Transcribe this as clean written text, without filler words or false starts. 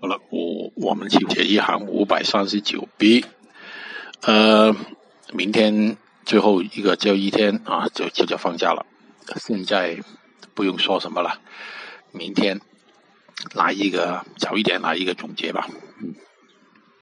好了，我们去解一行539B，明天最后一个交易天啊，就放假了。现在不用说什么了，明天早一点来一个总结吧。